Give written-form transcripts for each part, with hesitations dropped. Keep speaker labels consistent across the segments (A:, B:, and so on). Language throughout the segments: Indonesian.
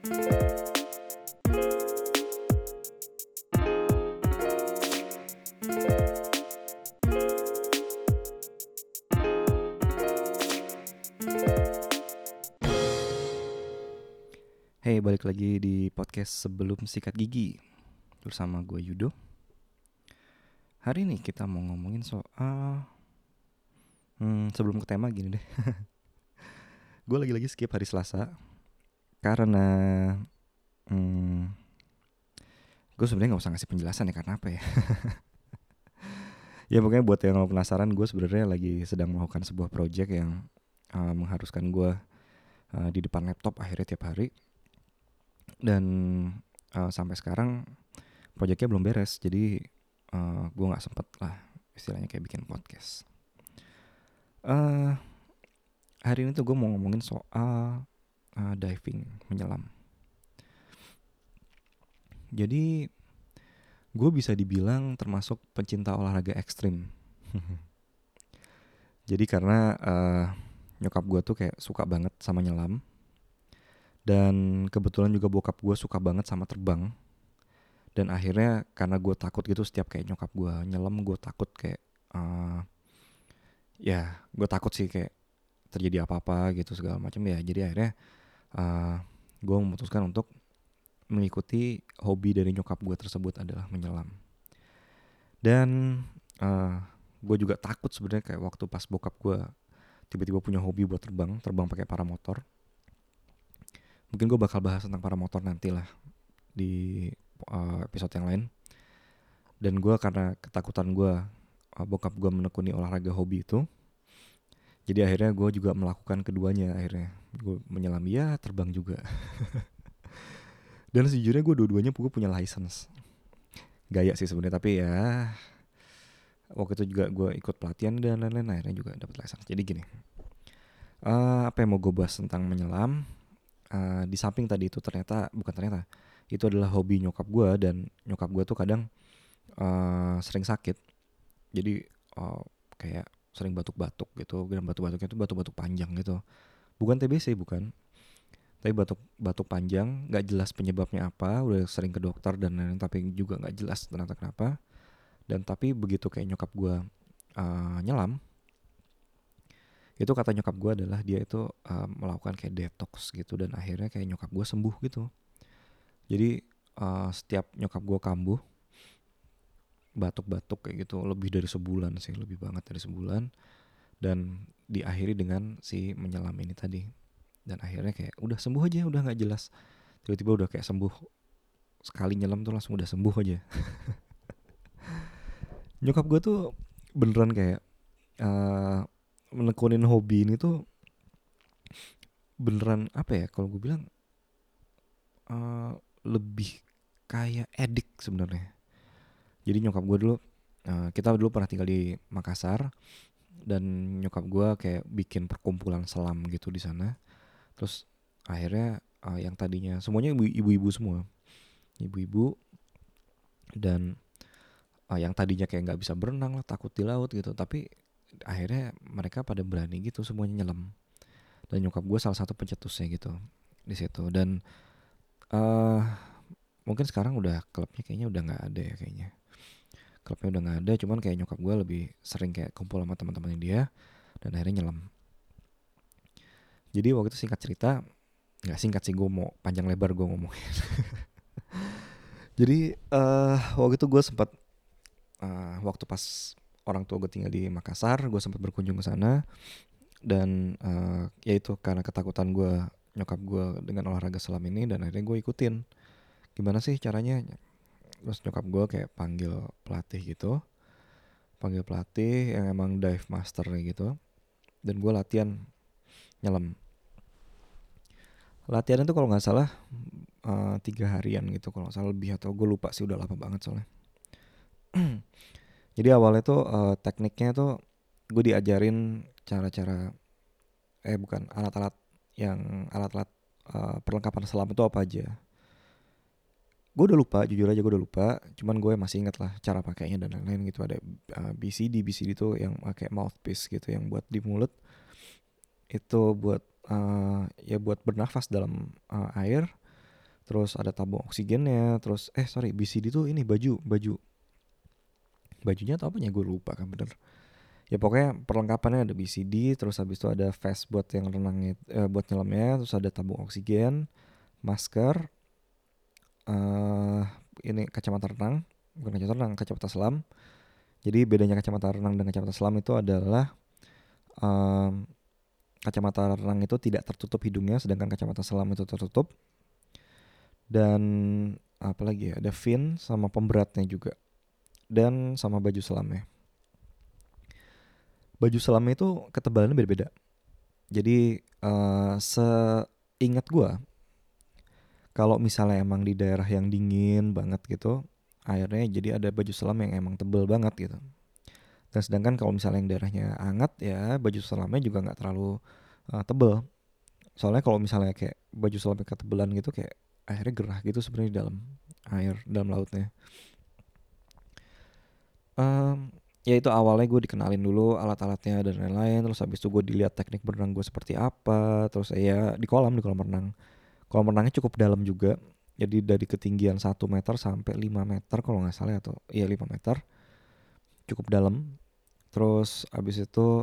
A: Hey, balik lagi di podcast Sebelum Sikat Gigi bersama gue Yudo. Hari ini kita mau ngomongin soal sebelum ke tema gini deh. Gue lagi-lagi skip hari Selasa karena gue sebenarnya nggak usah ngasih penjelasan ya, karena apa ya? Ya pokoknya buat yang penasaran, gue sebenarnya lagi sedang melakukan sebuah project yang mengharuskan gue di depan laptop akhirnya tiap hari. Dan sampai sekarang projectnya belum beres, jadi gue nggak sempet lah istilahnya kayak bikin podcast. Hari ini tuh gue mau ngomongin soal diving, menyelam. Jadi gue bisa dibilang termasuk pencinta olahraga ekstrim. Jadi karena nyokap gue tuh kayak suka banget sama nyelam. Dan kebetulan juga bokap gue suka banget sama terbang. Dan akhirnya karena gue takut gitu, setiap kayak nyokap gue nyelam, gue takut kayak gue takut sih kayak terjadi apa-apa gitu segala macam ya. Jadi akhirnya gue memutuskan untuk mengikuti hobi dari nyokap gue tersebut adalah menyelam. Dan gue juga takut sebenarnya kayak waktu pas bokap gue tiba-tiba punya hobi buat terbang pakai paramotor. Mungkin gue bakal bahas tentang paramotor nanti lah di episode yang lain. Dan gue karena ketakutan gue bokap gue menekuni olahraga hobi itu, jadi akhirnya gue juga melakukan keduanya. Akhirnya gue menyelam ya, terbang juga. Dan sejujurnya gue dua-duanya gue punya license. Gaya sih sebenarnya, tapi ya waktu itu juga gue ikut pelatihan dan lain-lain, akhirnya juga dapat license. Jadi gini, apa yang mau gue bahas tentang menyelam? Di samping tadi itu itu adalah hobi nyokap gue, dan nyokap gue tuh kadang sering sakit. Jadi kayak sering batuk-batuk gitu, dan batuk-batuknya tuh batuk-batuk panjang gitu. Bukan TBC, bukan. Tapi batuk panjang, nggak jelas penyebabnya apa. Udah sering ke dokter dan lain-lain, tapi juga nggak jelas ternyata kenapa. Dan tapi begitu kayak nyokap gue nyelam, itu kata nyokap gue adalah dia itu melakukan kayak detox gitu, dan akhirnya kayak nyokap gue sembuh gitu. Jadi setiap nyokap gue kambuh batuk-batuk kayak gitu lebih dari sebulan sih, lebih banget dari sebulan, dan diakhiri dengan si menyelam ini tadi. Dan akhirnya kayak udah sembuh aja, udah nggak jelas, tiba-tiba udah kayak sembuh. Sekali nyelam tuh langsung udah sembuh aja. Nyokap gue tuh beneran kayak menekunin hobi ini tuh beneran apa ya, kalau gue bilang lebih kayak edik sebenarnya. Jadi nyokap gue dulu, kita dulu pernah tinggal di Makassar, dan nyokap gue kayak bikin perkumpulan selam gitu di sana. Terus akhirnya yang tadinya semuanya ibu-ibu semua, ibu-ibu, dan yang tadinya kayak nggak bisa berenang lah, takut di laut gitu, tapi akhirnya mereka pada berani gitu semuanya nyelam. Dan nyokap gue salah satu pencetusnya gitu di situ. Dan mungkin sekarang udah klubnya kayaknya udah nggak ada ya, kayaknya klubnya udah nggak ada. Cuman kayak nyokap gue lebih sering kayak kumpul sama teman-temannya dia, dan akhirnya nyelam. Jadi waktu itu singkat cerita, nggak singkat sih, gue mau panjang lebar gue ngomongin. Jadi waktu itu gue sempat waktu pas orang tua gue tinggal di Makassar, gue sempat berkunjung ke sana. Dan ya itu karena ketakutan gue nyokap gue dengan olahraga selam ini, dan akhirnya gue ikutin gimana sih caranya. Terus nyokap gue kayak panggil pelatih yang emang dive master gitu, dan gue latihan nyelam. Latihan itu kalau nggak salah 3 harian gitu, kalau nggak salah lebih, atau gue lupa sih, udah lama banget soalnya. Jadi awalnya tuh tekniknya tuh gue diajarin cara-cara alat-alat perlengkapan selam itu apa aja. Gue udah lupa, jujur aja gue udah lupa. Cuman gue masih ingat lah cara pakainya dan lain-lain gitu. Ada BCD tuh yang pakai mouthpiece gitu, yang buat di mulut. Itu buat ya buat bernafas dalam air. terus ada tabung oksigennya, terus BCD tuh ini bajunya atau apanya gue lupa kan bener. Ya pokoknya perlengkapannya ada BCD, terus habis itu ada vest buat yang renangnya, buat nyelamnya, terus ada tabung oksigen, masker, eh ini kacamata renang, bukan kacamata renang, kacamata selam. Jadi bedanya kacamata renang dan kacamata selam itu adalah kacamata renang itu tidak tertutup hidungnya, sedangkan kacamata selam itu tertutup. Dan apa lagi ya, ada fin sama pemberatnya juga, dan sama baju selamnya. Baju selamnya itu ketebalannya beda-beda. Jadi seingat gue, kalau misalnya emang di daerah yang dingin banget gitu, airnya jadi ada baju selam yang emang tebel banget gitu. Dan sedangkan kalau misalnya yang daerahnya hangat ya baju selamnya juga nggak terlalu tebel. Soalnya kalau misalnya kayak baju selamnya ketebelan gitu, kayak akhirnya gerah gitu sebenarnya di dalam air, dalam lautnya. Ya itu awalnya gue dikenalin dulu alat-alatnya dan lain-lain. Terus habis itu gue dilihat teknik berenang gue seperti apa. Terus ya di kolam renang. Kolam renangnya cukup dalam juga. Jadi dari ketinggian 1 meter sampai 5 meter kalau nggak salah, atau iya 5 meter. Cukup dalam. Terus habis itu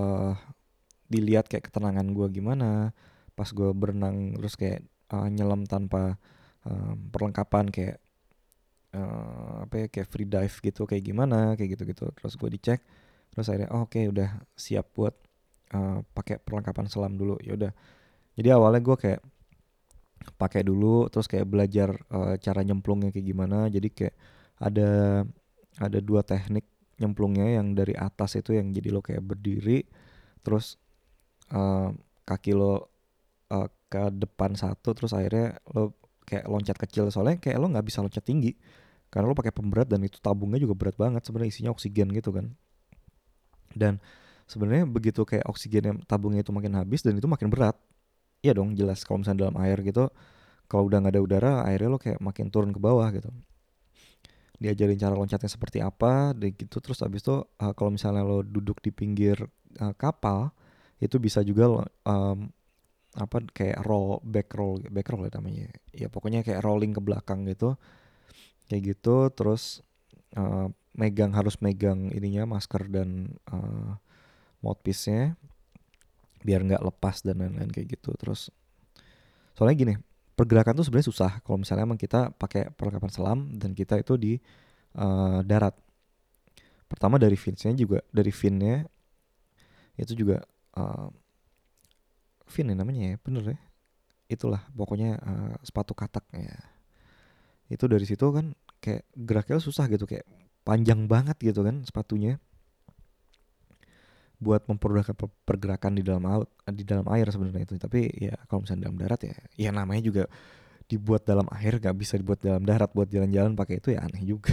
A: dilihat kayak ketenangan gue gimana pas gue berenang, terus kayak nyelam tanpa perlengkapan kayak kayak free dive gitu kayak gimana, kayak gitu-gitu. Terus gue dicek, terus akhirnya oke, udah siap buat pakai perlengkapan selam dulu. Ya udah, jadi awalnya gue kayak pakai dulu, terus kayak belajar cara nyemplungnya kayak gimana. Jadi kayak ada ada dua teknik nyemplungnya. Yang dari atas itu yang jadi lo kayak berdiri, terus kaki lo ke depan satu, terus akhirnya lo kayak loncat kecil. Soalnya kayak lo nggak bisa loncat tinggi karena lo pakai pemberat, dan itu tabungnya juga berat banget sebenarnya, isinya oksigen gitu kan. Dan sebenarnya begitu kayak oksigennya tabungnya itu makin habis, dan itu makin berat. Iya dong, jelas kalau misalnya dalam air gitu, kalau udah nggak ada udara, airnya lo kayak makin turun ke bawah gitu. Diajarin cara loncatnya seperti apa, dan gitu. Terus abis itu kalau misalnya lo duduk di pinggir kapal, itu bisa juga lo, apa kayak back roll ya namanya. Ya pokoknya kayak rolling ke belakang gitu, kayak gitu. Terus harus megang ininya, masker dan mouthpiece-nya biar nggak lepas dan lain-lain kayak gitu. Terus soalnya gini, pergerakan tuh sebenarnya susah kalau misalnya emang kita pakai perlengkapan selam dan kita itu di darat. Pertama dari finnya itu juga fin ya namanya ya, bener ya. Itulah pokoknya sepatu katak ya. Itu dari situ kan kayak geraknya susah gitu, kayak panjang banget gitu kan sepatunya, buat mempermudahkan pergerakan di dalam air sebenarnya itu. Tapi ya kalau misalnya dalam darat ya namanya juga dibuat dalam air, nggak bisa dibuat dalam darat. Buat jalan-jalan pakai itu ya aneh juga.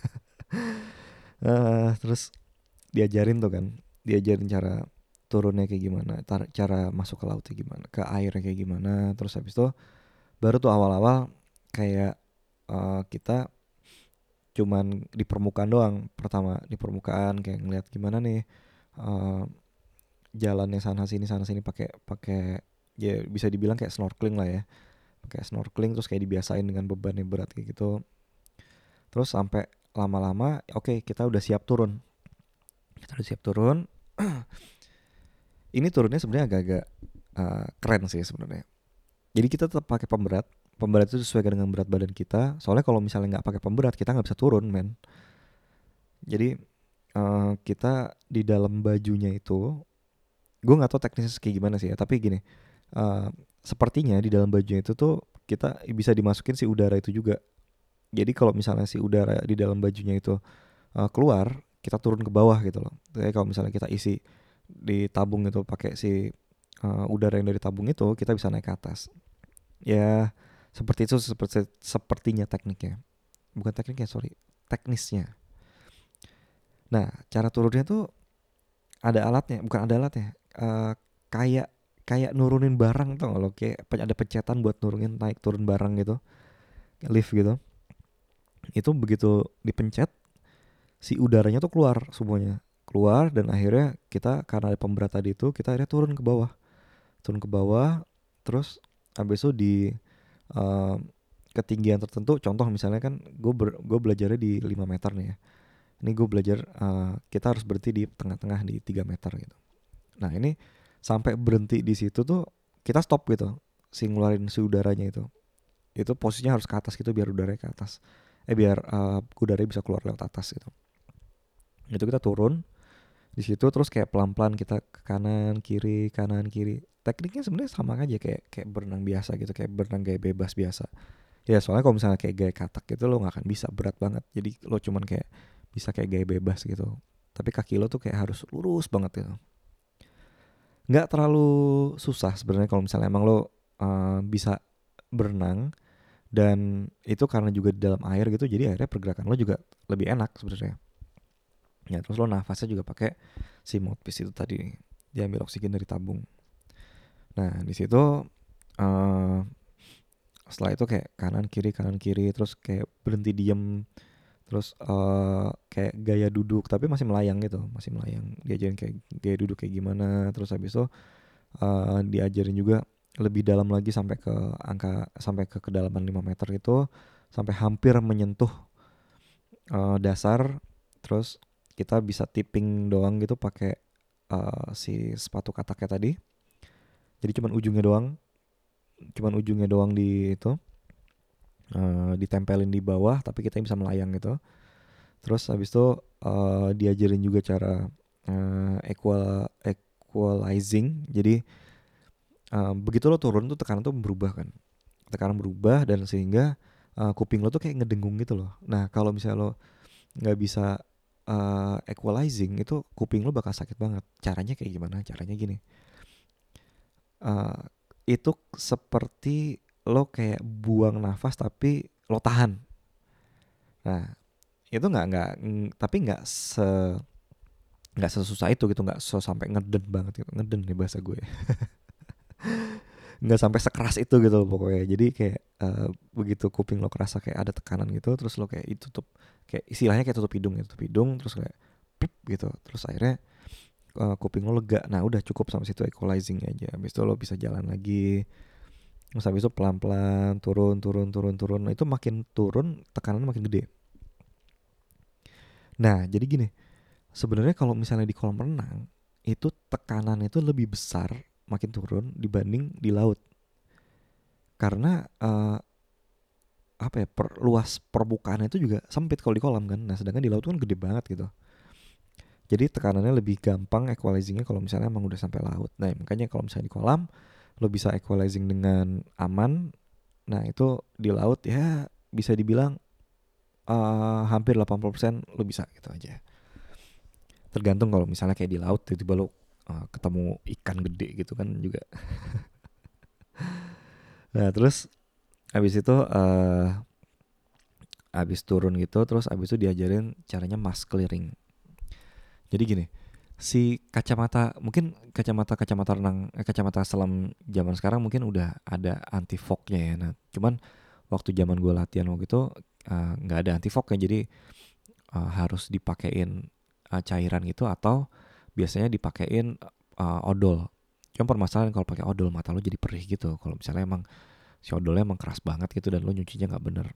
A: Terus diajarin cara turunnya kayak gimana, cara masuk ke lautnya gimana, ke airnya kayak gimana. Terus habis itu baru tuh awal-awal kayak kita cuman di permukaan doang. Pertama di permukaan kayak ngeliat gimana nih jalannya sana sini pakai pakai ya bisa dibilang kayak snorkeling lah ya. Pakai snorkeling, terus kayak dibiasain dengan beban yang berat kayak gitu. Terus sampai lama-lama oke, kita udah siap turun. Ini turunnya sebenarnya agak-agak keren sih sebenarnya. Jadi kita tetap pakai pemberat. Pemberat itu sesuai dengan berat badan kita. Soalnya kalau misalnya nggak pakai pemberat, kita nggak bisa turun, men. Jadi kita di dalam bajunya itu, gue nggak tahu teknisnya kayak gimana sih ya. Tapi gini, sepertinya di dalam bajunya itu tuh kita bisa dimasukin si udara itu juga. Jadi kalau misalnya si udara di dalam bajunya itu keluar, kita turun ke bawah gitu loh. Jadi kalau misalnya kita isi di tabung itu pakai si udara yang dari tabung itu, kita bisa naik ke atas. Ya seperti itu, sepertinya tekniknya. Bukan tekniknya, sorry, teknisnya. Nah, cara turunnya tuh ada alatnya, bukan ada alatnya. Kayak kayak nurunin barang tau gak lo, kayak ada pencetan buat nurunin naik turun barang gitu, lift gitu. Itu begitu dipencet, si udaranya tuh keluar semuanya, keluar. Dan akhirnya kita karena ada pemberat tadi itu, kita akhirnya turun ke bawah. Terus habis itu ketinggian tertentu, contoh misalnya kan gue belajarnya di 5 meter nih ya. Ini gue belajar kita harus berhenti di tengah-tengah di 3 meter gitu. Nah ini sampai berhenti di situ tuh kita stop gitu, si ngeluarin si udaranya itu posisinya harus ke atas gitu biar udaranya ke atas, biar udaranya bisa keluar lewat atas gitu. Itu kita turun di situ terus kayak pelan-pelan kita ke kanan kiri kanan kiri. Tekniknya sebenarnya sama aja kayak berenang biasa gitu, kayak berenang gaya bebas biasa. Ya soalnya kalau misalnya kayak gaya katak gitu lo nggak akan bisa, berat banget. Jadi lo cuman kayak bisa kayak gaya bebas gitu. Tapi kaki lo tuh kayak harus lurus banget gitu. Nggak terlalu susah sebenarnya kalau misalnya emang lo bisa berenang, dan itu karena juga di dalam air gitu, jadi akhirnya pergerakan lo juga lebih enak sebenarnya. Ya terus lo nafasnya juga pakai si mouthpiece itu tadi, diambil oksigen dari tabung. Nah di situ uh, setelah itu kayak kanan kiri terus kayak berhenti diem, terus kayak gaya duduk tapi masih melayang gitu, masih melayang. Diajarin kayak gaya duduk kayak gimana, terus habis itu diajarin juga lebih dalam lagi sampai ke kedalaman 5 meter itu, sampai hampir menyentuh dasar. Terus kita bisa tipping doang gitu pakai si sepatu kataknya tadi. Jadi cuman ujungnya doang di itu ditempelin di bawah, tapi kita bisa melayang gitu. Terus habis itu diajarin juga cara equalizing. Jadi begitu lo turun tuh tekanan tuh berubah kan. Tekanan berubah dan sehingga kuping lo tuh kayak ngedengung gitu loh. Nah kalau misalnya lo nggak bisa equalizing, itu kuping lo bakal sakit banget. Caranya kayak gimana? Caranya gini. Itu seperti lo kayak buang nafas tapi lo tahan. Nah itu tapi nggak sesusah itu gitu, nggak sampai ngeden banget gitu. Ngeden nih bahasa gue. Nggak sampai sekeras itu gitu loh pokoknya. Jadi kayak begitu kuping lo kerasa kayak ada tekanan gitu, terus lo kayak tutup, kayak istilahnya kayak tutup hidung ya, tutup hidung terus kayak pip gitu, terus akhirnya kuping lo lega. Nah udah cukup sampai situ equalizing aja. Habis itu lo bisa jalan lagi, terus habis itu pelan-pelan turun. Nah itu makin turun tekanannya makin gede. Nah jadi gini, sebenarnya kalau misalnya di kolam renang itu tekanan itu lebih besar makin turun dibanding di laut, karena luas permukaan itu juga sempit kalau di kolam kan. Nah sedangkan di laut kan gede banget gitu. Jadi tekanannya lebih gampang equalizingnya kalau misalnya emang udah sampai laut. Nah makanya kalau misalnya di kolam lo bisa equalizing dengan aman. Nah itu di laut ya bisa dibilang hampir 80% lo bisa gitu aja. Tergantung kalau misalnya kayak di laut tiba-tiba lo ketemu ikan gede gitu kan juga. Nah terus abis itu abis turun gitu, terus abis itu diajarin caranya mask clearing. Jadi gini, si kacamata, mungkin kacamata renang, kacamata selam zaman sekarang mungkin udah ada anti fognya ya. Nah cuman waktu zaman gue latihan waktu itu nggak ada anti fognya, jadi harus dipakein cairan gitu, atau biasanya dipakein odol. Cuma permasalahan kalau pakai odol mata lo jadi perih gitu. Kalau misalnya emang si odolnya emang keras banget gitu dan lo nyucinya nggak bener.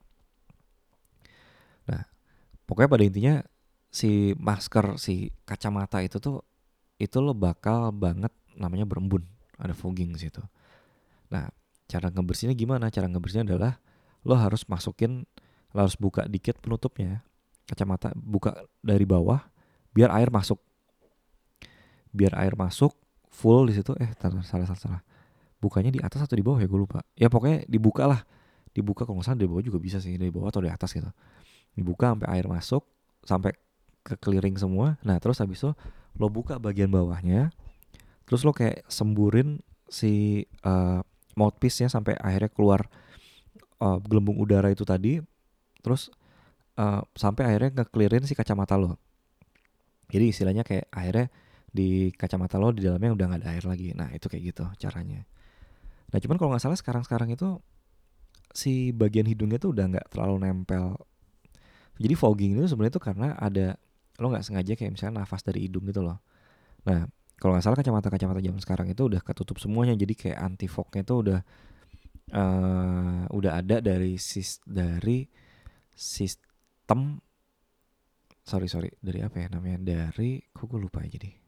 A: Nah pokoknya pada intinya si masker, si kacamata itu tuh itu lo bakal banget namanya berembun, ada fogging di situ. Nah cara ngebersihinnya gimana? Cara ngebersihinnya adalah lo harus buka dikit penutupnya kacamata, buka dari bawah biar air masuk full di situ. Salah. Bukanya di atas atau di bawah ya, gue lupa. Ya pokoknya dibuka kalau nggak salah dari bawah juga bisa sih, dari bawah atau di atas gitu. Dibuka sampai air masuk, sampai ke clearing semua. Nah terus habis itu lo buka bagian bawahnya, terus lo kayak semburin si mouthpiece-nya sampai akhirnya keluar gelembung udara itu tadi. Terus sampai akhirnya nge-clearin si kacamata lo. Jadi istilahnya kayak akhirnya di kacamata lo di dalamnya udah gak ada air lagi. Nah itu kayak gitu caranya. Nah cuman kalau gak salah sekarang itu si bagian hidungnya tuh udah gak terlalu nempel. Jadi fogging itu sebenarnya tuh karena ada, lo gak sengaja kayak misalnya nafas dari hidung gitu loh. Nah kalau gak salah kacamata zaman sekarang itu udah ketutup semuanya. Jadi kayak anti fognya tuh udah udah ada dari sistem, dari apa ya namanya, dari kok gue lupa ya, jadi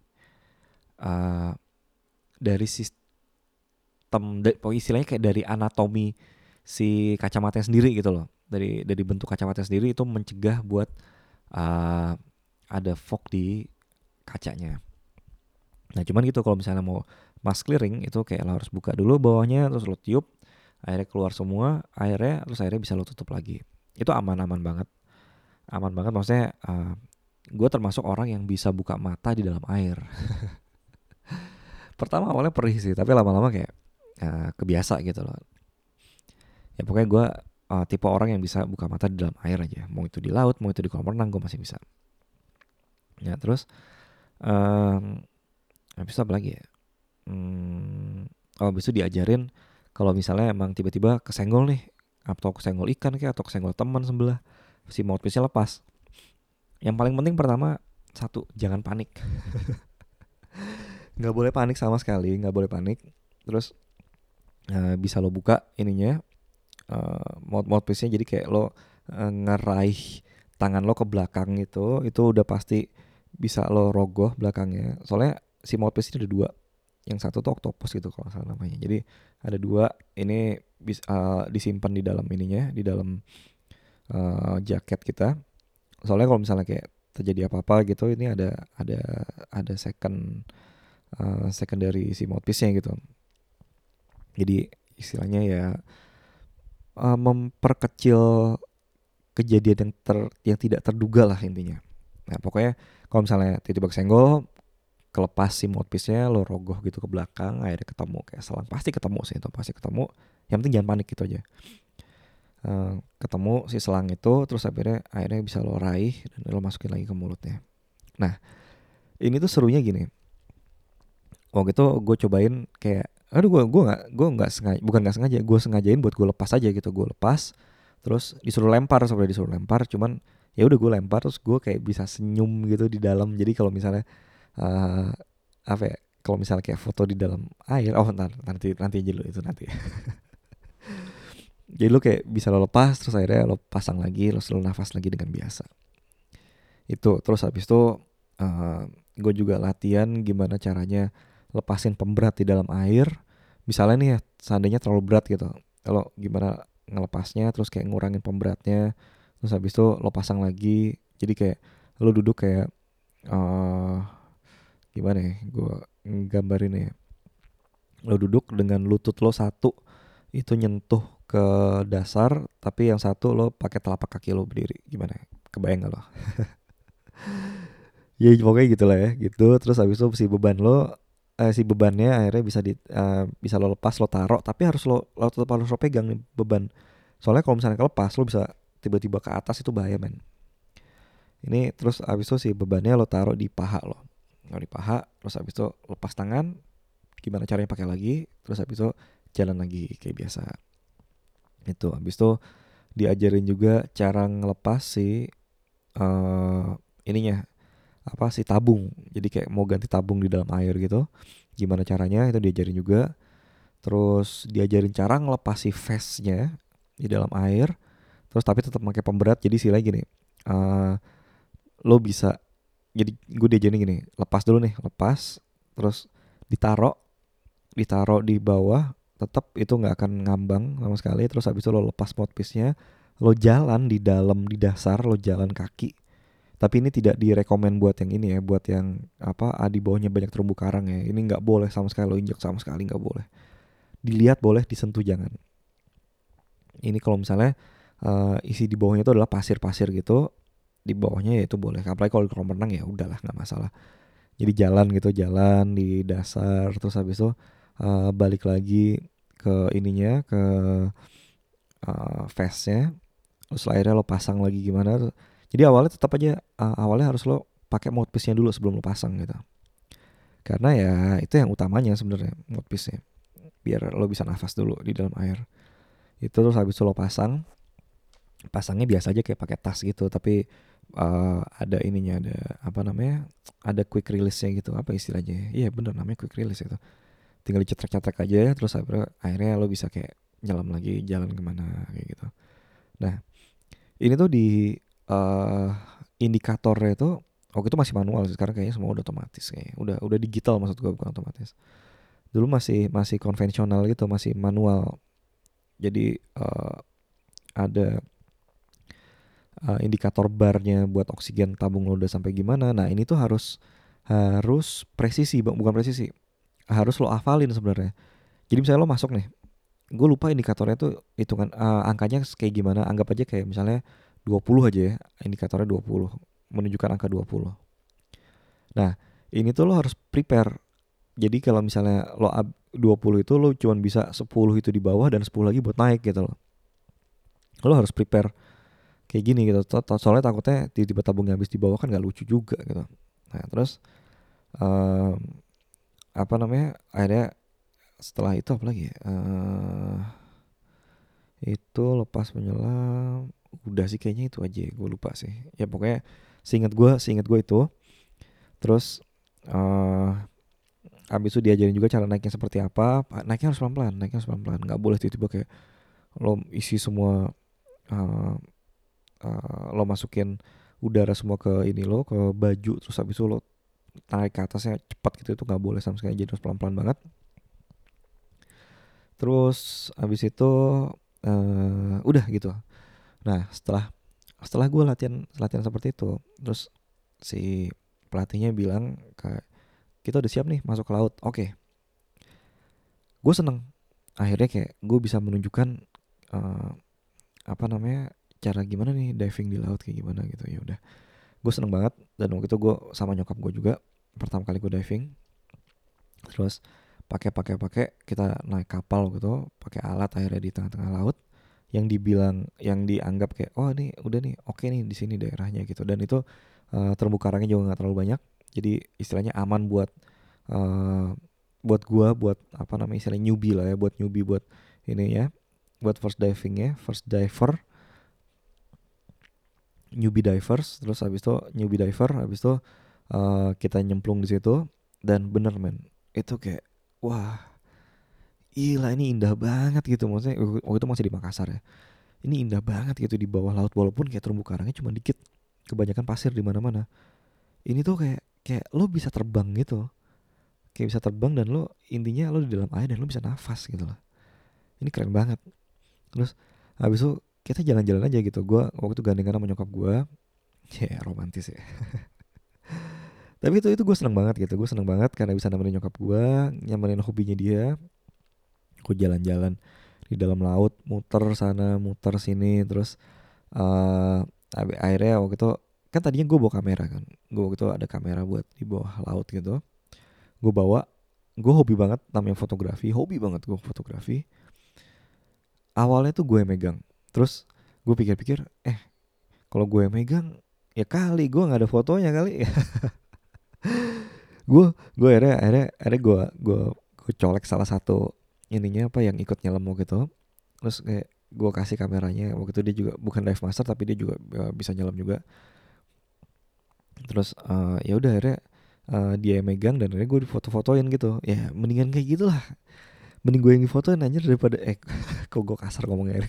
A: dari sistem, istilahnya kayak dari anatomi si kacamatanya sendiri gitu loh, dari bentuk kacamata sendiri itu mencegah buat ada fog di kacanya. Nah cuman gitu, kalau misalnya mau mask clearing itu kayak lo harus buka dulu bawahnya, terus lo tiup, airnya keluar semua airnya, terus airnya bisa lo tutup lagi. Itu aman banget maksudnya. Gue termasuk orang yang bisa buka mata di dalam air. Pertama awalnya perih sih, tapi lama-lama kayak kebiasa gitu loh. Ya pokoknya gue tipe orang yang bisa buka mata di dalam air aja, mau itu di laut, mau itu di kolam renang, gue masih bisa. Ya terus habis itu apa lagi ya? Habis itu diajarin kalau misalnya emang tiba-tiba kesenggol nih, atau kesenggol ikan kayak, atau kesenggol teman sebelah, si mouthpiece-nya lepas. Yang paling penting pertama, satu, jangan panik. Nggak boleh panik sama sekali, nggak boleh panik. Terus bisa lo buka ininya, mouthpiece-nya, jadi kayak lo ngeraih tangan lo ke belakang itu udah pasti bisa lo rogoh belakangnya. Soalnya si mouthpiece ini ada dua. Yang satu tuh octopus gitu kalau salah namanya. Jadi ada dua, ini bisa disimpan di dalam ininya, di dalam jaket kita. Soalnya kalau misalnya kayak terjadi apa-apa gitu, ini ada secondary si mouthpiece-nya gitu. Jadi istilahnya ya memperkecil kejadian yang tidak terduga lah intinya. Nah pokoknya kalau misalnya tiba-tiba kesenggol, kelepas si mouthpiece-nya, lo rogoh gitu ke belakang, akhirnya ketemu kayak selang, pasti ketemu sih itu, pasti ketemu. Yang penting jangan panik gitu aja. Ketemu si selang itu, terus akhirnya bisa lo raih dan lo masukin lagi ke mulutnya. Nah ini tuh serunya gini, waktu itu gue cobain kayak, gue nggak sengaja, bukan nggak sengaja, gue sengajain buat gue lepas aja gitu. Gue lepas, terus disuruh lempar, cuman ya udah gue lempar, terus gue kayak bisa senyum gitu di dalam. Jadi kalau misalnya apa ya, kalau misalnya kayak foto di dalam air, nanti aja lo itu nanti. Jadi lo kayak bisa lo lepas, terus akhirnya lo pasang lagi, lo nafas lagi dengan biasa. Itu terus habis itu gue juga latihan gimana caranya lepasin pemberat di dalam air. Misalnya nih ya, seandainya terlalu berat gitu, kalau gimana ngelepasnya, terus kayak ngurangin pemberatnya, terus habis itu lo pasang lagi. Jadi kayak lo duduk kayak gimana ya, gue nggambarin ya, lo duduk dengan lutut lo satu itu nyentuh ke dasar, tapi yang satu lo pakai telapak kaki lo berdiri. Gimana, kebayang gak lo? Ya pokoknya gitulah ya gitu. Terus habis itu si bebannya akhirnya bisa lo lepas, lo taruh, tapi lo tetap harus lo pegang nih beban. Soalnya kalau misalnya kelepas, lo bisa tiba-tiba ke atas, itu bahaya men. Ini terus habis itu si bebannya lo taruh di paha lo. Di paha, terus habis itu lepas tangan, gimana caranya pakai lagi, terus habis itu jalan lagi kayak biasa. Itu habis itu diajarin juga cara ngelepas si ininya, apa sih, tabung. Jadi kayak mau ganti tabung di dalam air gitu, gimana caranya itu diajarin juga. Terus diajarin cara ngelepas si vestnya di dalam air, terus tapi tetap pakai pemberat. Jadi sih lagi nih, lo bisa, jadi gue diajarin gini, lepas dulu nih, terus ditaruh di bawah, tetap itu nggak akan ngambang sama sekali. Terus habis itu lo lepas mouthpiece-nya, lo jalan di dalam, di dasar lo jalan kaki. Tapi ini tidak direkomend buat yang ini ya, buat yang di bawahnya banyak terumbu karang ya. Ini nggak boleh sama sekali lo injek, sama sekali nggak boleh. Dilihat boleh, disentuh jangan. Ini kalau misalnya isi di bawahnya itu adalah pasir-pasir gitu, di bawahnya ya itu boleh. Apalagi kalau di kolam renang ya udahlah, nggak masalah. Jadi jalan gitu, jalan di dasar, terus habis itu balik lagi ke ininya, ke vestnya, terus akhirnya lo pasang lagi gimana. Jadi awalnya tetap aja awalnya harus lo pakai mouthpiece-nya dulu sebelum lo pasang gitu. Karena ya itu yang utamanya sebenarnya, mouthpiece-nya. Biar lo bisa nafas dulu di dalam air. Itu terus habis itu lo pasangnya biasa aja kayak pakai tas gitu, tapi ada ininya, ada apa namanya? Ada quick release-nya gitu, apa istilahnya? Iya bener namanya quick release itu. Tinggal dicetrek-cetrek aja, terus akhirnya lo bisa kayak nyelam lagi, jalan kemana kayak gitu. Nah ini tuh di uh, indikatornya itu waktu itu masih manual sih, sekarang kayaknya semua udah otomatis, kayaknya udah digital maksud gue, bukan otomatis. Dulu masih masih konvensional gitu, masih manual. Jadi ada indikator barnya buat oksigen tabung lo udah sampai gimana. Nah ini tuh harus presisi, bukan presisi, harus lo hafalin sebenarnya. Jadi misalnya lo masuk nih, gue lupa indikatornya tuh hitungan angkanya kayak gimana. Anggap aja kayak misalnya 20 aja ya, indikatornya 20 menunjukkan angka 20. Nah ini tuh lo harus prepare. Jadi kalau misalnya 20 itu lo cuma bisa 10 itu di bawah dan 10 lagi buat naik gitu loh. Lo harus prepare kayak gini gitu. Soalnya takutnya tiba-tiba tabungnya habis di bawah kan gak lucu juga gitu. Nah terus um, apa namanya, akhirnya setelah itu apa lagi ya, itu lepas menyelam udah sih kayaknya itu aja, gue lupa sih ya. Pokoknya seingat gue itu. Terus abis itu diajarin juga cara naiknya seperti apa. Naiknya harus pelan-pelan, nggak boleh tiba-tiba kayak lo isi semua, uh, lo masukin udara semua ke ini lo, ke baju, terus abis itu lo tarik ke atasnya cepat gitu, itu nggak boleh sama sekali. Jadi harus pelan-pelan banget. Terus abis itu udah gitu. Nah setelah gue latihan latihan seperti itu, terus si pelatihnya bilang kayak kita udah siap nih masuk ke laut. Oke. Gue seneng. Akhirnya kayak gue bisa menunjukkan apa namanya, cara gimana nih diving di laut kayak gimana gitu. Ya udah. Gue seneng banget. Dan waktu itu gue sama nyokap gue juga pertama kali gue diving. Terus pakai kita naik kapal gitu, pakai alat akhirnya di tengah-tengah laut yang dianggap kayak oh ini udah nih oke nih di sini daerahnya gitu. Dan itu terumbu karangnya juga nggak terlalu banyak, jadi istilahnya aman uh, buat apa namanya, istilahnya newbie lah ya, buat newbie, buat ini ya, buat first diving ya, first diver, newbie divers. Terus habis itu newbie diver, habis itu kita nyemplung di situ. Dan bener men, itu kayak wah gila, ini indah banget gitu. Maksudnya waktu itu masih di Makassar ya, ini indah banget gitu di bawah laut, walaupun kayak terumbu karangnya cuma dikit, kebanyakan pasir di mana-mana. Ini tuh kayak kayak lo bisa terbang gitu, kayak bisa terbang dan lo intinya lo di dalam air dan lo bisa nafas gitu loh. Ini keren banget. Terus habis itu kita jalan-jalan aja gitu. Gue waktu itu gandengan sama nyokap gue. Ya romantis ya. Tapi itu gue seneng banget gitu. Gue seneng banget karena bisa nemenin nyokap gue, nyamarin hobinya dia. Gue jalan-jalan di dalam laut, muter sana muter sini. Terus akhirnya waktu itu kan tadinya gue bawa kamera kan. Gue waktu itu ada kamera buat di bawah laut gitu. Gue bawa. Gue hobi banget namanya fotografi. Hobi banget gue fotografi. Awalnya tuh gue megang. Terus gue pikir-pikir, kalau gue megang ya kali gue nggak ada fotonya kali. gue akhirnya gue colek salah satu ininya apa yang ikut nyelam gitu. Terus kayak gue kasih kameranya. Waktu itu dia juga bukan dive master tapi dia juga bisa nyelam juga. Terus ya udah akhirnya dia yang megang dan akhirnya gue difoto-fotoin gitu. Ya mendingan kayak gitulah, mending gue yang difotoin aja daripada kok gue kasar ngomongnya.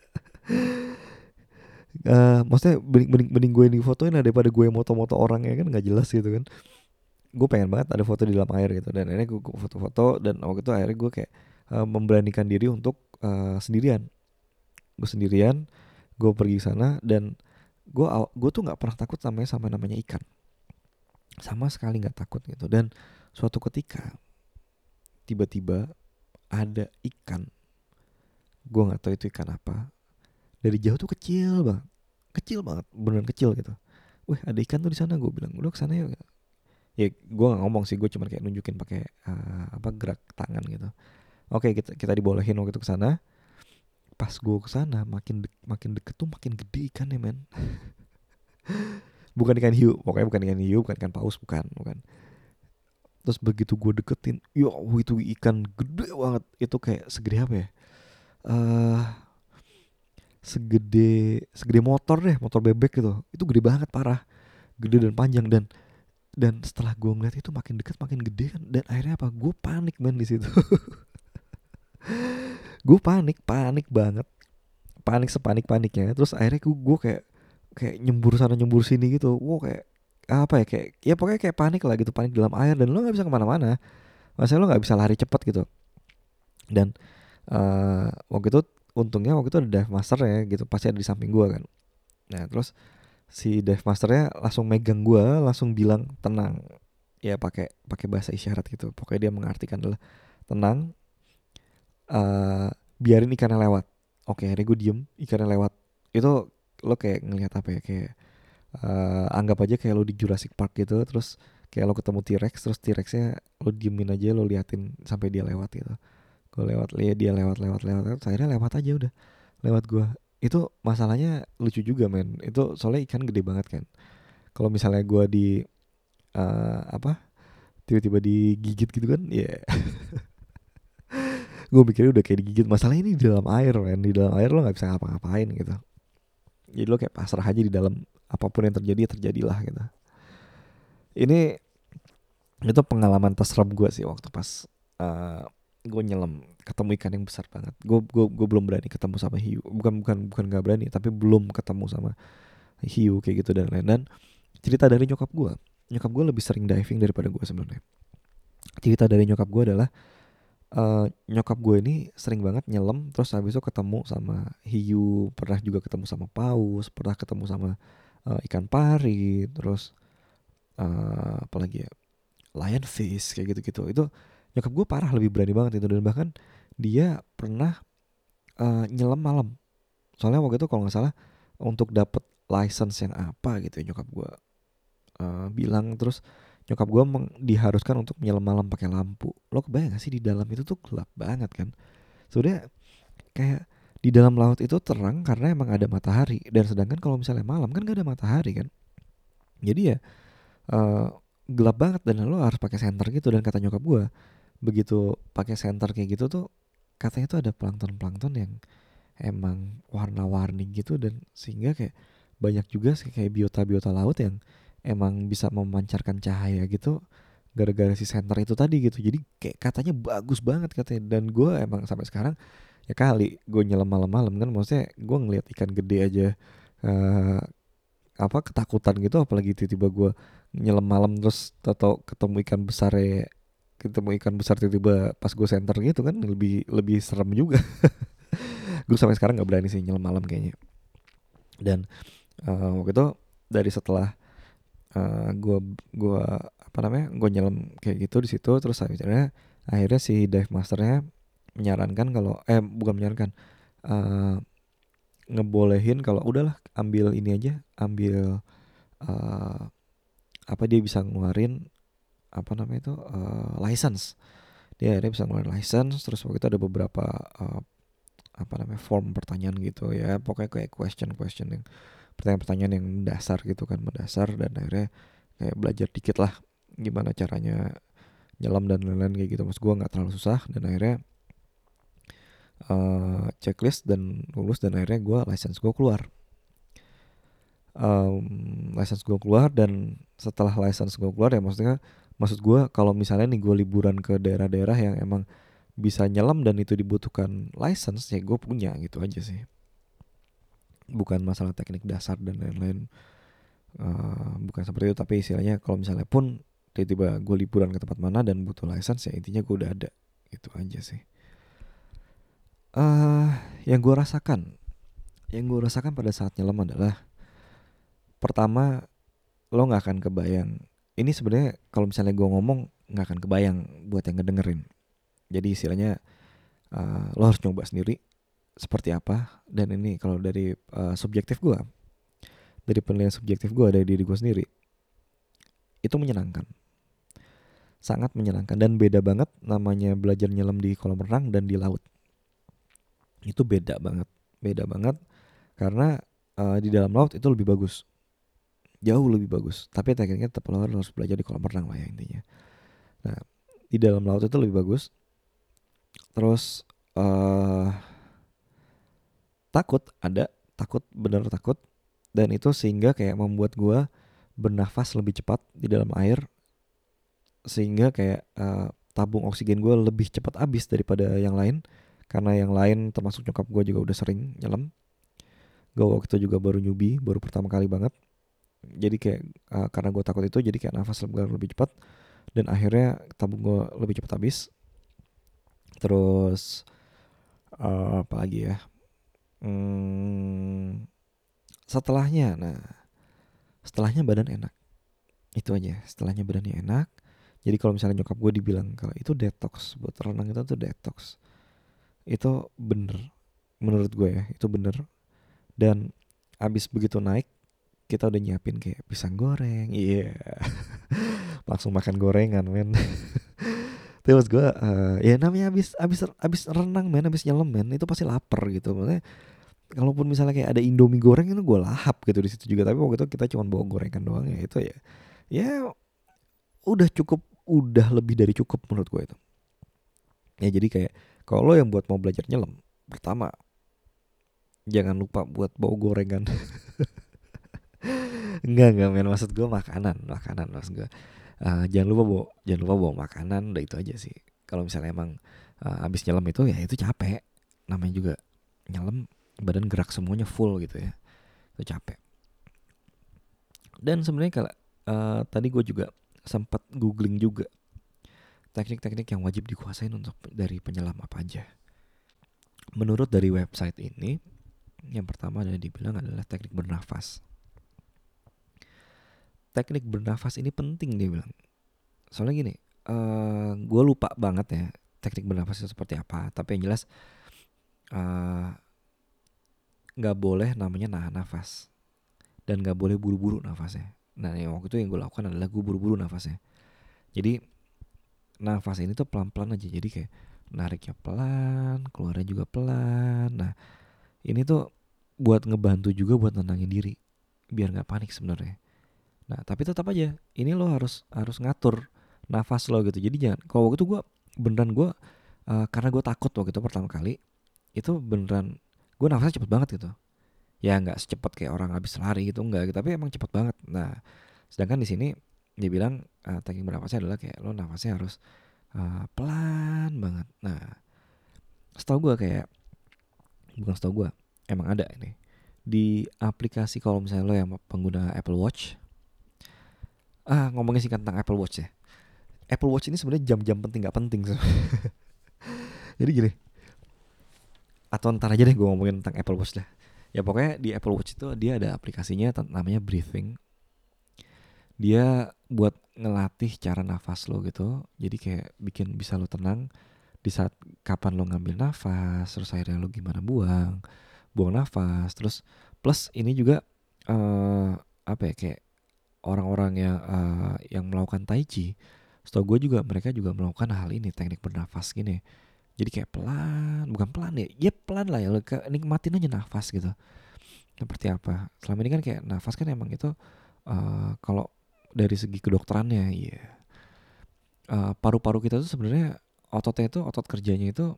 A: Maksudnya mending gue yang difotoin daripada gue yang moto-moto orangnya, kan nggak jelas gitu kan. Gue pengen banget ada foto di dalam air gitu. Dan akhirnya gue foto-foto. Dan waktu itu akhirnya gue kayak memberanikan diri untuk sendirian. Gue sendirian, gue pergi sana. Dan gue tuh nggak pernah takut sama namanya ikan, sama sekali nggak takut gitu. Dan suatu ketika tiba-tiba ada ikan, gue nggak tahu itu ikan apa, dari jauh tuh kecil banget, beneran kecil gitu. Wih ada ikan tuh di sana, gue bilang udah kesana yuk. Ya gue nggak ngomong sih, gue cuma kayak nunjukin pakai gerak tangan gitu. Oke, kita dibolehin waktu itu kesana. Pas gue kesana makin deket tuh makin gede ikannya men. Bukan ikan hiu, pokoknya bukan ikan hiu, bukan ikan paus, bukan. Terus begitu gue deketin, yo itu ikan gede banget. Itu kayak segede apa ya? Segede motor deh, motor bebek gitu. Itu gede banget parah, gede dan panjang. Dan setelah gue ngeliat itu makin dekat makin gede kan. Dan akhirnya apa? Gue panik men di situ. Gue panik banget, panik sepanik paniknya. Terus akhirnya gue kayak nyembur sana nyembur sini gitu. Wow, kayak apa ya, kayak ya pokoknya kayak panik lah gitu, panik dalam air, dan lo nggak bisa kemana-mana. Maksudnya lo nggak bisa lari cepet gitu. Dan waktu itu untungnya waktu itu ada dive master ya gitu, pasti ada di samping gue kan. Nah terus si dive masternya langsung megang gue, langsung bilang tenang, ya pakai pakai bahasa isyarat gitu. Pokoknya dia mengartikan adalah tenang, eh biarin ikannya lewat. Oke, akhirnya gue diem, ikannya lewat. Itu lo kayak ngelihat apa ya, kayak anggap aja kayak lo di Jurassic Park gitu. Terus kayak lo ketemu T-Rex, terus T-Rexnya lo diemin aja, lo liatin sampai dia lewat gitu. Gue lewat, lihat dia lewat, akhirnya lewat aja udah, lewat gue. Itu masalahnya lucu juga men, itu soalnya ikan gede banget kan. Kalau misalnya gue di apa, tiba-tiba digigit gitu kan ya, yeah. Gue mikirnya udah kayak digigit, masalah ini di dalam air men, di dalam air lo nggak bisa ngapa-ngapain gitu. Jadi lo kayak pasrah aja di dalam, apapun yang terjadi ya terjadilah gitu. Ini itu pengalaman terserem gue sih waktu pas gue nyelam ketemu ikan yang besar banget. Gue belum berani ketemu sama hiu, bukan nggak berani, tapi belum ketemu sama hiu kayak gitu dan lain. Dan cerita dari nyokap gue lebih sering diving daripada gue sebenarnya. Cerita dari nyokap gue adalah nyokap gue ini sering banget nyelam, terus habis itu ketemu sama hiu, pernah juga ketemu sama paus, pernah ketemu sama ikan pari, terus apalagi ya, lionfish kayak gitu-gitu. Itu nyokap gue parah lebih berani banget itu, dan bahkan dia pernah nyelam malam. Soalnya waktu itu kalau nggak salah untuk dapet license yang apa gitu ya, nyokap gue bilang. Terus nyokap gue diharuskan untuk menyelam malam pakai lampu. Lo kebayang gak sih di dalam itu tuh gelap banget kan? Sudah kayak di dalam laut itu terang karena emang ada matahari, dan sedangkan kalau misalnya malam kan gak ada matahari kan. Jadi ya uh, gelap banget, dan lo harus pakai senter gitu. Dan kata nyokap gue, begitu pakai senter kayak gitu tuh katanya tuh ada plankton yang emang warna-warni gitu, dan sehingga kayak banyak juga sih kayak biota-biota laut yang emang bisa memancarkan cahaya gitu gara-gara si senter itu tadi gitu. Jadi kayak katanya bagus banget katanya. Dan gue emang sampai sekarang ya kali gue nyelam malam-malam kan, maksudnya gue ngeliat ikan gede aja uh, apa ketakutan gitu, apalagi tiba-tiba gue nyelam malam terus atau ketemu ikan besar ya, ketemu ikan besar tiba-tiba pas gue senter gitu kan, lebih lebih serem juga. Gue sampai sekarang nggak berani sih nyelam malam kayaknya. Dan waktu itu dari setelah gue apa namanya, gue nyelam kayak gitu di situ, terus akhirnya si dive masternya menyarankan kalau bukan menyarankan, uh, ngebolehin kalau udahlah ambil ini aja, ambil uh, apa, dia bisa ngeluarin apa namanya itu license. Dia akhirnya bisa ngeluarin license. Terus waktu itu ada beberapa apa namanya, form pertanyaan gitu ya, pokoknya kayak question yang pertanyaan-pertanyaan yang dasar gitu kan, mendasar. Dan akhirnya kayak belajar dikit lah gimana caranya nyelam dan lain-lain kayak gitu. Mas gue nggak terlalu susah, dan akhirnya checklist dan lulus, dan akhirnya gue license gue keluar. License gue keluar, dan setelah license gue keluar ya, maksud gue kalau misalnya nih gue liburan ke daerah-daerah yang emang bisa nyelam dan itu dibutuhkan license, ya gue punya gitu aja sih. Bukan masalah teknik dasar dan lain-lain, bukan seperti itu. Tapi istilahnya kalau misalnya pun tiba-tiba gue liburan ke tempat mana dan butuh license, ya intinya gue udah ada, gitu aja sih. Yang gue rasakan pada saat nyelam adalah, pertama, lo nggak akan kebayang. Ini sebenarnya kalau misalnya gue ngomong nggak akan kebayang buat yang ngedengerin. Jadi istilahnya lo harus nyoba sendiri seperti apa. Dan ini kalau dari subjektif gue, dari penilaian subjektif gue, dari diri gue sendiri, itu menyenangkan, sangat menyenangkan. Dan beda banget namanya belajar nyelam di kolam renang dan di laut. Itu beda banget karena di dalam laut itu lebih bagus, jauh lebih bagus. Tapi tekniknya tetap lo harus belajar di kolam renang lah ya intinya. Nah, di dalam laut itu lebih bagus. Terus takut, bener takut. Dan itu sehingga kayak membuat gue bernafas lebih cepat di dalam air, sehingga kayak tabung oksigen gue lebih cepat habis daripada yang lain, karena yang lain termasuk nyokap gue juga udah sering nyelam. Gue waktu itu juga baru newbie, baru pertama kali banget. Jadi kayak karena gue takut itu, jadi kayak nafas lebih cepat dan akhirnya tabung gue lebih cepat habis. Terus apa lagi ya? Setelahnya badan enak. Itu aja. Setelahnya badannya enak. Jadi kalau misalnya nyokap gue dibilang kalau itu detox, buat renang itu tuh detox, itu bener. Menurut gue ya, itu bener. Dan abis begitu naik, kita udah nyiapin kayak pisang goreng, iya, langsung makan gorengan, men. Terus gue, ya namanya abis renang, men, abis nyelam, men, itu pasti lapar gitu. Maksudnya, kalaupun misalnya kayak ada Indomie goreng itu gue lahap gitu di situ juga. Tapi waktu itu kita cuma bawa gorengan doang ya, itu ya, ya udah cukup, udah lebih dari cukup menurut gue itu. Ya jadi kayak kalau lo yang buat mau belajar nyelam, pertama jangan lupa buat bawa gorengan. Enggak men, maksud gue makanan maksud gue. Jangan lupa bawa makanan, udah itu aja sih. Kalau misalnya emang abis nyelam itu ya itu capek, namanya juga nyelam, badan gerak semuanya full gitu ya, itu capek. Dan sebenarnya kalau tadi gue juga sempat googling juga teknik-teknik yang wajib dikuasain untuk dari penyelam apa aja. Menurut dari website ini, yang pertama ada dibilang adalah teknik bernafas. Teknik bernafas ini penting dia bilang. Soalnya gini, gue lupa banget ya teknik bernafas itu seperti apa. Tapi yang jelas gak boleh namanya nahan nafas. Dan gak boleh buru-buru nafasnya. Nah yang waktu itu yang gue lakukan adalah gue buru-buru nafasnya. Jadi nafas ini tuh pelan-pelan aja. Jadi kayak nariknya pelan, keluarnya juga pelan. Nah ini tuh buat ngebantu juga buat nenangin diri, biar gak panik sebenarnya. Nah tapi tetap aja ini lo harus ngatur nafas lo gitu. Jadi jangan, kalau waktu itu gue beneran karena gue takut waktu itu pertama kali, itu beneran gue nafasnya cepet banget gitu. Ya nggak secepat kayak orang habis lari gitu, enggak gitu, tapi emang cepet banget. Nah sedangkan di sini dia bilang teknik bernafasnya adalah kayak lo nafasnya harus pelan banget. Nah setahu gue kayak, bukan setahu gue, emang ada ini di aplikasi. Kalau misalnya lo yang pengguna Apple Watch, ngomongin singkat tentang Apple Watch ya. Apple Watch ini sebenarnya jam-jam penting gak penting. Jadi gini, atau ntar aja deh gue ngomongin tentang Apple Watch lah. Ya pokoknya di Apple Watch itu dia ada aplikasinya namanya Breathing. Dia buat ngelatih cara nafas lo gitu. Jadi kayak bikin bisa lo tenang di saat kapan lo ngambil nafas, terus akhirnya lo gimana buang nafas. Terus plus ini juga apa ya, kayak orang-orang yang melakukan Tai Chi, setahu gue juga mereka juga melakukan hal ini, teknik bernafas gini. Jadi kayak pelan, bukan pelan ya pelan lah ya, nikmatin aja nafas gitu. Seperti apa? Selama ini kan kayak nafas kan emang itu kalau dari segi kedokterannya, ya paru-paru kita tuh sebenarnya ototnya itu, otot kerjanya itu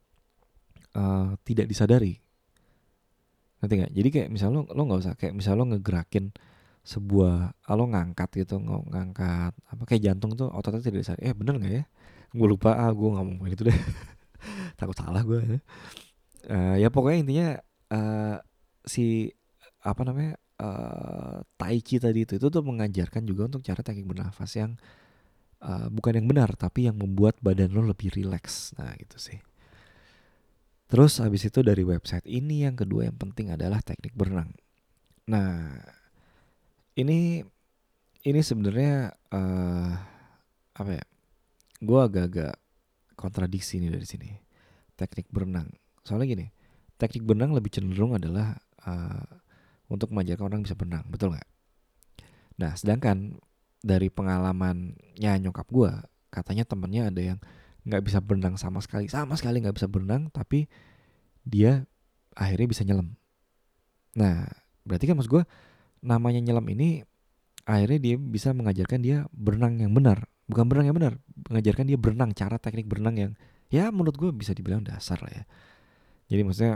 A: tidak disadari. Ngerti gak? Jadi kayak misal lo gak usah, kayak misal lo ngegerakin sebuah, lo ngangkat gitu, ngangkat apa kayak jantung tuh ototnya tidak disadari. Bener gak ya? Gue lupa, gue gak ngomongin itu deh. Takut salah gue. Ya pokoknya intinya si apa namanya Tai Chi tadi itu tuh mengajarkan juga untuk cara teknik bernafas yang bukan yang benar, tapi yang membuat badan lo lebih rileks. Nah gitu sih. Terus habis itu dari website ini yang kedua yang penting adalah teknik berenang. Nah ini sebenarnya apa ya? Gue agak-agak kontradiksi nih dari sini. Teknik berenang. Soalnya gini, teknik berenang lebih cenderung adalah untuk mengajarkan orang bisa berenang, betul nggak? Nah sedangkan dari pengalamannya nyokap gue, katanya temennya ada yang nggak bisa berenang sama sekali nggak bisa berenang, tapi dia akhirnya bisa nyelam. Nah berarti kan maksud gue, namanya nyelam ini akhirnya dia bisa mengajarkan dia berenang yang benar, bukan berenang yang benar, mengajarkan dia berenang, cara teknik berenang yang ya menurut gue bisa dibilang dasar lah ya. Jadi maksudnya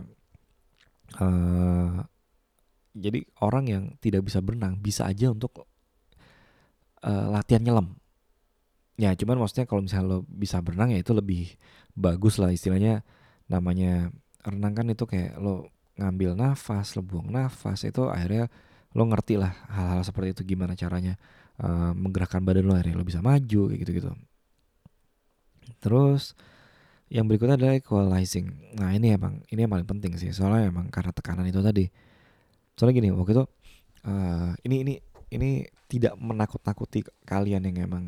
A: jadi orang yang tidak bisa berenang bisa aja untuk latihan nyelam. Ya cuman maksudnya kalau misalnya lo bisa berenang ya itu lebih bagus lah istilahnya. namanya renang kan itu kayak lo ngambil nafas, lo buang nafas, itu akhirnya lo ngerti lah hal-hal seperti itu gimana caranya menggerakkan badan lo, akhirnya lo bisa maju kayak gitu-gitu. Terus yang berikutnya adalah equalizing. Nah ini yang paling penting sih, soalnya emang karena tekanan itu tadi. Soalnya gini, waktu itu ini tidak menakut-nakuti kalian yang emang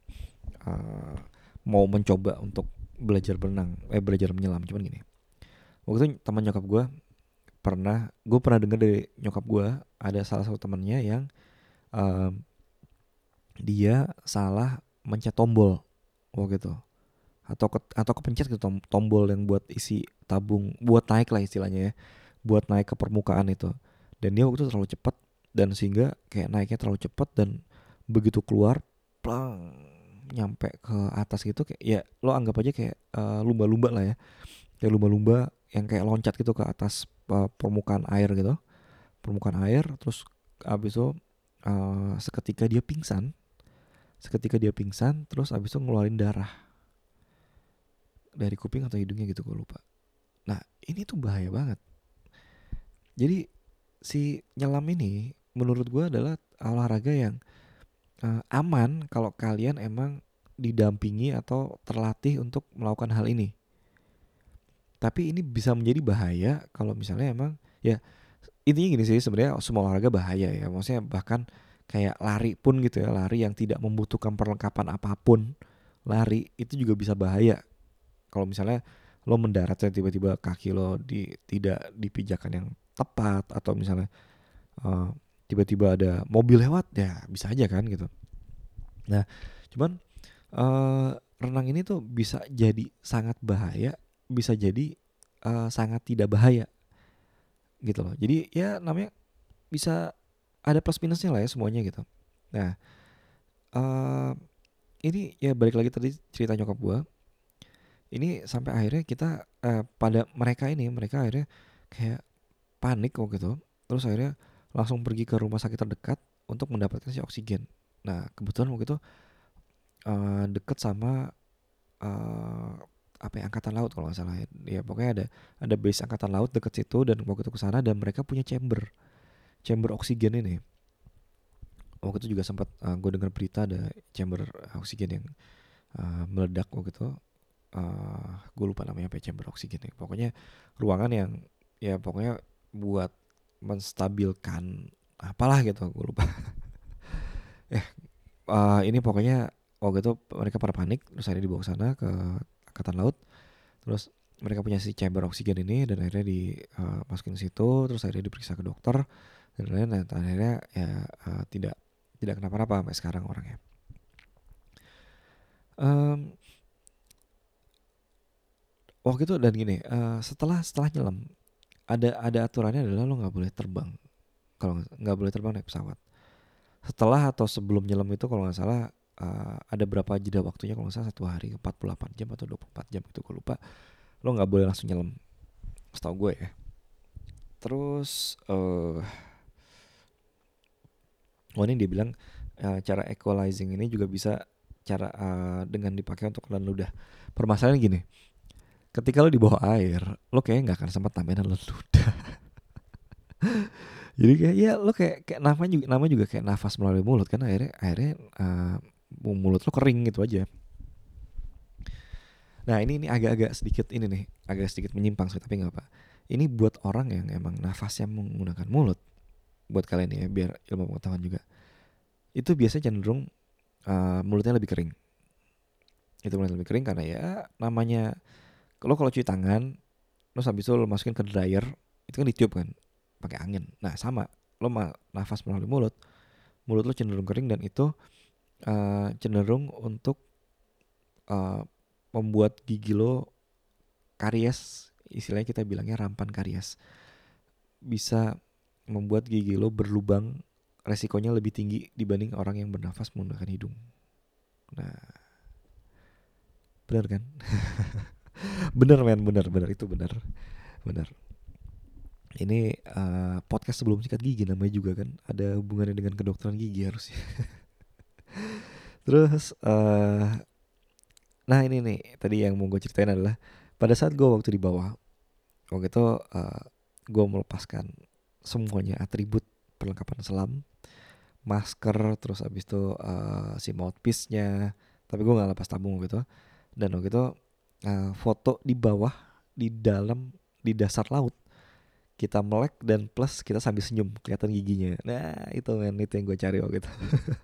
A: mau mencoba untuk belajar belajar menyelam. Cuman gini, waktu itu teman nyokap gue pernah dengar dari nyokap gue, ada salah satu temannya yang dia salah mencet tombol waktu itu, atau kepencet gitu tombol yang buat isi tabung, buat naik lah istilahnya ya, buat naik ke permukaan itu. Dan dia waktu itu terlalu cepat, dan sehingga kayak naiknya terlalu cepat, dan begitu keluar plang, nyampe ke atas gitu, kayak ya lo anggap aja kayak lumba-lumba lah ya, kayak lumba-lumba yang kayak loncat gitu ke atas permukaan air gitu, permukaan air. Terus abis itu seketika dia pingsan, terus abis itu ngeluarin darah dari kuping atau hidungnya gitu, gue lupa. Nah ini tuh bahaya banget. Jadi si nyelam ini menurut gue adalah olahraga yang aman kalau kalian emang didampingi atau terlatih untuk melakukan hal ini. Tapi ini bisa menjadi bahaya kalau misalnya emang, ya intinya gini sih, sebenarnya semua olahraga bahaya ya. Maksudnya bahkan kayak lari pun gitu ya, lari yang tidak membutuhkan perlengkapan apapun, lari itu juga bisa bahaya. Kalau misalnya lo mendarat dan tiba-tiba kaki lo tidak di pijakan yang tepat, atau misalnya tiba-tiba ada mobil lewat, ya bisa aja kan gitu. Nah cuman renang ini tuh bisa jadi sangat bahaya, bisa jadi sangat tidak bahaya gitu loh. Jadi ya namanya bisa ada plus minusnya lah ya semuanya gitu. Nah ini ya balik lagi tadi cerita nyokap gue. Ini sampai akhirnya kita mereka akhirnya kayak panik waktu itu. Terus akhirnya langsung pergi ke rumah sakit terdekat untuk mendapatkan si oksigen. Nah kebetulan waktu itu deket sama apa ya, angkatan laut kalau nggak salah ya. Pokoknya ada base angkatan laut deket situ, dan waktu itu kesana dan mereka punya chamber oksigen ini. Waktu itu juga sempat gue dengar berita ada chamber oksigen yang meledak waktu itu. Gue lupa namanya apa, chamber oksigen ya. Pokoknya ruangan yang ya pokoknya buat menstabilkan apalah gitu, gue lupa. Ini pokoknya waktu itu mereka pada panik, terus akhirnya dibawa ke sana ke angkatan laut. Terus mereka punya si chamber oksigen ini, dan akhirnya dimasukin ke situ. Terus akhirnya diperiksa ke dokter, dan akhirnya ya tidak kenapa-napa sampai sekarang orangnya. Waktu itu dan gini, setelah nyelam ada aturannya adalah lo nggak boleh terbang. Kalau nggak boleh terbang naik pesawat. Setelah atau sebelum nyelam itu kalau nggak salah ada berapa jeda waktunya, kalau nggak salah 1 hari 48 jam atau 24 jam itu gue lupa. Lo nggak boleh langsung nyelam, setahu gue ya. Terus ini dia bilang cara equalizing ini juga bisa dengan dipakai untuk nelan ludah. Permasalahan gini, ketika lo di bawah air, lo kayaknya nggak akan sempat tambahin nelan ludah. Jadi kayak ya lo kayak nama juga kayak nafas melalui mulut kan, akhirnya mulut lo kering gitu aja. Nah ini agak sedikit menyimpang sih, tapi nggak apa. Ini buat orang yang emang nafasnya menggunakan mulut, buat kalian ya, biar ilmu pengetahuan juga. Itu biasanya cenderung mulutnya lebih kering. Itu mulutnya lebih kering karena ya namanya kalau cuci tangan, terus habis itu lo masukin ke dryer, itu kan ditiup kan pakai angin. Nah sama, lo nafas melalui mulut lo cenderung kering, dan itu cenderung untuk membuat gigi lo karies, istilahnya kita bilangnya rampan karies. Bisa membuat gigi lo berlubang, resikonya lebih tinggi dibanding orang yang bernafas menggunakan hidung. Nah, benar kan? bener itu benar. Ini podcast sebelum sikat gigi namanya juga kan, ada hubungannya dengan kedokteran gigi harusnya. Terus nah ini nih tadi yang mau gue ceritain adalah pada saat gue waktu di bawah, waktu itu gue melepaskan semuanya atribut perlengkapan selam, masker, terus abis itu si mouthpiece-nya, tapi gue nggak lepas tabung gitu. Dan waktu itu foto di bawah, di dalam, di dasar laut, kita melek dan plus kita sambil senyum kelihatan giginya. Nah itu men, itu yang gue cari waktu itu.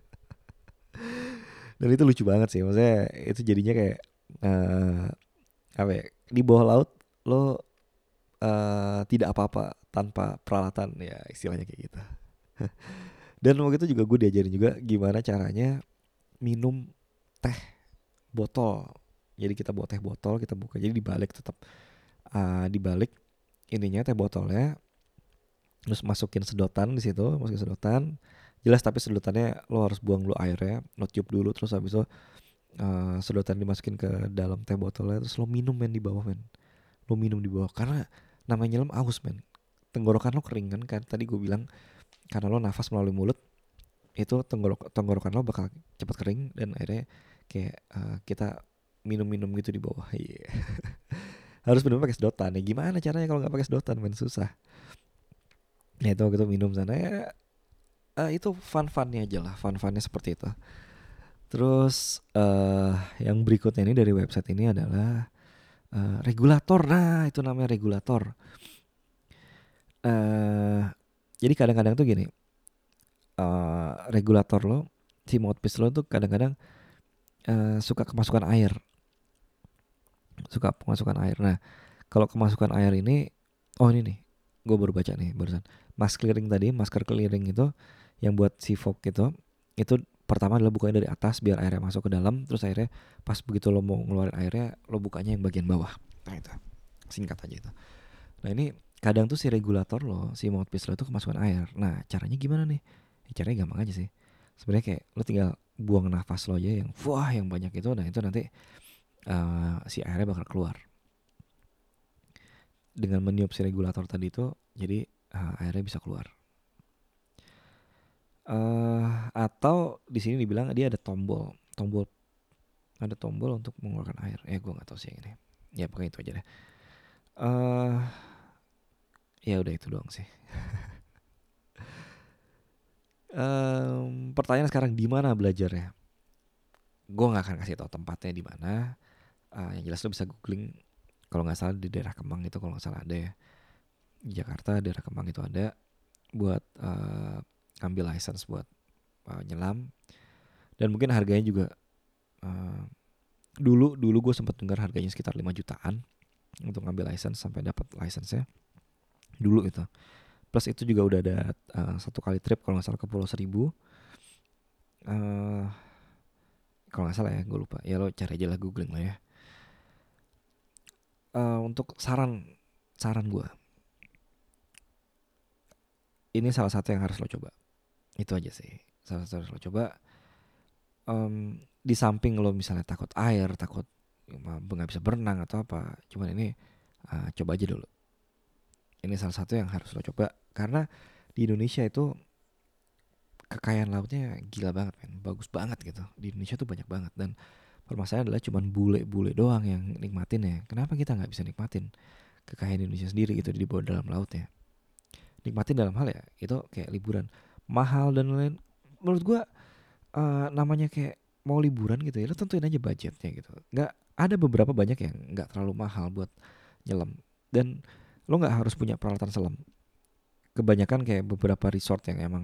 A: Dan itu lucu banget sih, maksudnya itu jadinya kayak apa ya, di bawah laut lo tidak apa-apa tanpa peralatan, ya istilahnya kayak gitu. Dan waktu itu juga gue diajarin juga gimana caranya minum teh botol. Jadi kita bawa teh botol, kita buka, jadi dibalik tetap, dibalik ininya teh botolnya, terus masukin sedotan di situ, masukin sedotan jelas, tapi sedotannya lo harus buang dulu airnya, lo tiup dulu, terus habis itu sedotan dimasukin ke dalam teh botolnya, terus lo minum men di bawah men, lo minum di bawah, karena namanya nyelam aus men, tenggorokan lo kering kan tadi gue bilang, karena lo nafas melalui mulut, itu tenggorokan lo bakal cepat kering, dan akhirnya kayak kita minum-minum gitu di bawah. Yeah. Harus minum pakai sedotan ya, gimana caranya kalau nggak pakai sedotan men, susah. Ya itu waktu itu minum sana ya, itu fun-funnya aja lah, fun-funnya seperti itu. Terus yang berikutnya ini dari website ini adalah regulator. Nah itu namanya regulator. Jadi kadang-kadang tuh gini, regulator lo, si mouthpiece lo tuh kadang-kadang suka kemasukan air. Nah kalau kemasukan air ini, oh ini nih, gue baru baca nih barusan, masker clearing itu yang buat si fog itu pertama adalah bukanya dari atas biar airnya masuk ke dalam, terus akhirnya pas begitu lo mau ngeluarin airnya, lo bukanya yang bagian bawah. Nah itu singkat aja itu. Nah ini kadang tuh si regulator lo, si mouthpiece lo itu kemasukan air. Nah caranya gimana nih? Caranya gampang aja sih. Sebenarnya kayak lo tinggal buang nafas lo aja yang wah yang banyak itu. Nah itu nanti si airnya bakal keluar. Dengan meniup si regulator tadi itu, jadi airnya bisa keluar. Atau di sini dibilang dia ada tombol untuk mengeluarkan air. Gue nggak tahu sih yang ini. Ya pokoknya itu aja deh. Ya udah itu doang sih. Pertanyaan sekarang, di mana belajarnya? Gue nggak akan kasih tahu tempatnya di mana. Yang jelas lo bisa googling. Kalau nggak salah di daerah Kemang itu, kalau nggak salah ada ya. Di Jakarta daerah Kemang itu ada buat ambil license buat nyelam. Dan mungkin harganya juga dulu gue sempat dengar harganya sekitar 5 jutaan untuk ngambil license sampai dapat license-nya dulu itu. Plus itu juga udah ada 1 kali trip kalau nggak salah ke Pulau Seribu. Kalau nggak salah ya, gue lupa. Ya lo cari aja lah, googling lah ya. Untuk saran gue, ini salah satu yang harus lo coba. Itu aja sih, salah satu harus lo coba. Di samping lo misalnya takut air, takut nggak bisa berenang atau apa, cuman ini coba aja dulu. Ini salah satu yang harus lo coba, karena di Indonesia itu kekayaan lautnya gila banget men, bagus banget gitu. Di Indonesia tuh banyak banget, dan permasalahan adalah cuman bule-bule doang yang nikmatin ya. Kenapa kita nggak bisa nikmatin kekayaan Indonesia sendiri gitu di bawah dalam lautnya? Nikmatin dalam hal ya itu kayak liburan mahal dan lain. Menurut gue namanya kayak mau liburan gitu ya, lo tentuin aja budgetnya gitu. Nggak, ada beberapa banyak yang nggak terlalu mahal buat nyelam, dan lo nggak harus punya peralatan selam. Kebanyakan kayak beberapa resort yang emang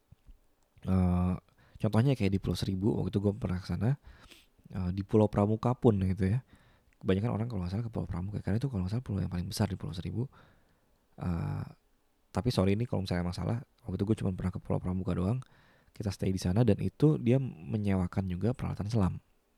A: contohnya kayak di Pulau Seribu, waktu itu gue pernah kesana, di Pulau Pramuka pun gitu ya. Kebanyakan orang kalau nggak salah ke Pulau Pramuka, karena itu kalau nggak salah pulau yang paling besar di Pulau Seribu. Tapi sorry ini kalau misalnya masalah, waktu itu gue cuma pernah ke Pulau Pramuka doang. Kita stay di sana, dan itu dia menyewakan juga peralatan selam.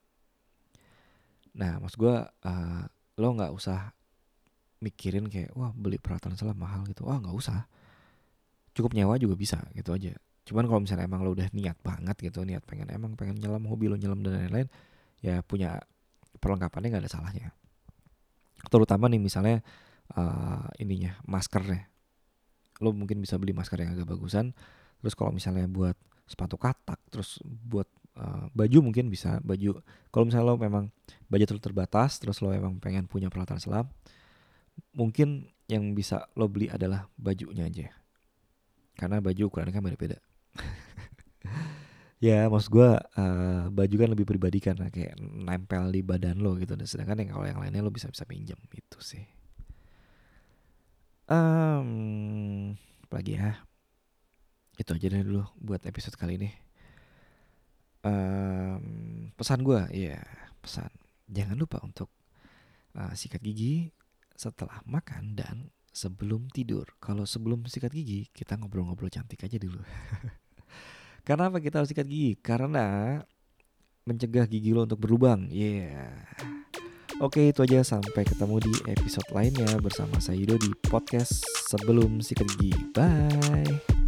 A: Nah maksud gue lo nggak usah mikirin kayak wah beli peralatan selam mahal gitu. Wah nggak usah, cukup nyewa juga bisa gitu aja. Cuman kalau misalnya emang lo udah niat banget gitu, niat pengen nyelam, hobi lo nyelam dan lain-lain, ya punya perlengkapannya nggak ada salahnya. Terutama nih misalnya ininya maskernya, lo mungkin bisa beli masker yang agak bagusan. Terus kalau misalnya buat sepatu katak, terus buat Baju mungkin bisa, baju. Kalau misalnya lo memang budget lo terbatas, terus lo emang pengen punya peralatan selam, mungkin yang bisa lo beli adalah bajunya aja. Karena baju ukurannya kan beda-beda. Ya maksud gue baju kan lebih pribadi karena kayak nempel di badan lo gitu. Dan sedangkan yang kalau yang lainnya lo bisa pinjam gitu sih. Apalagi ya. Itu aja deh dulu buat episode kali ini. Pesan gue, pesan. Jangan lupa untuk sikat gigi setelah makan dan sebelum tidur. Kalau sebelum sikat gigi, kita ngobrol-ngobrol cantik aja dulu. Karena apa kita harus sikat gigi? Karena mencegah gigi lo untuk berlubang. Oke, itu aja. Sampai ketemu di episode lainnya bersama saya Yudo di podcast Sebelum Sikat Gigi. Bye.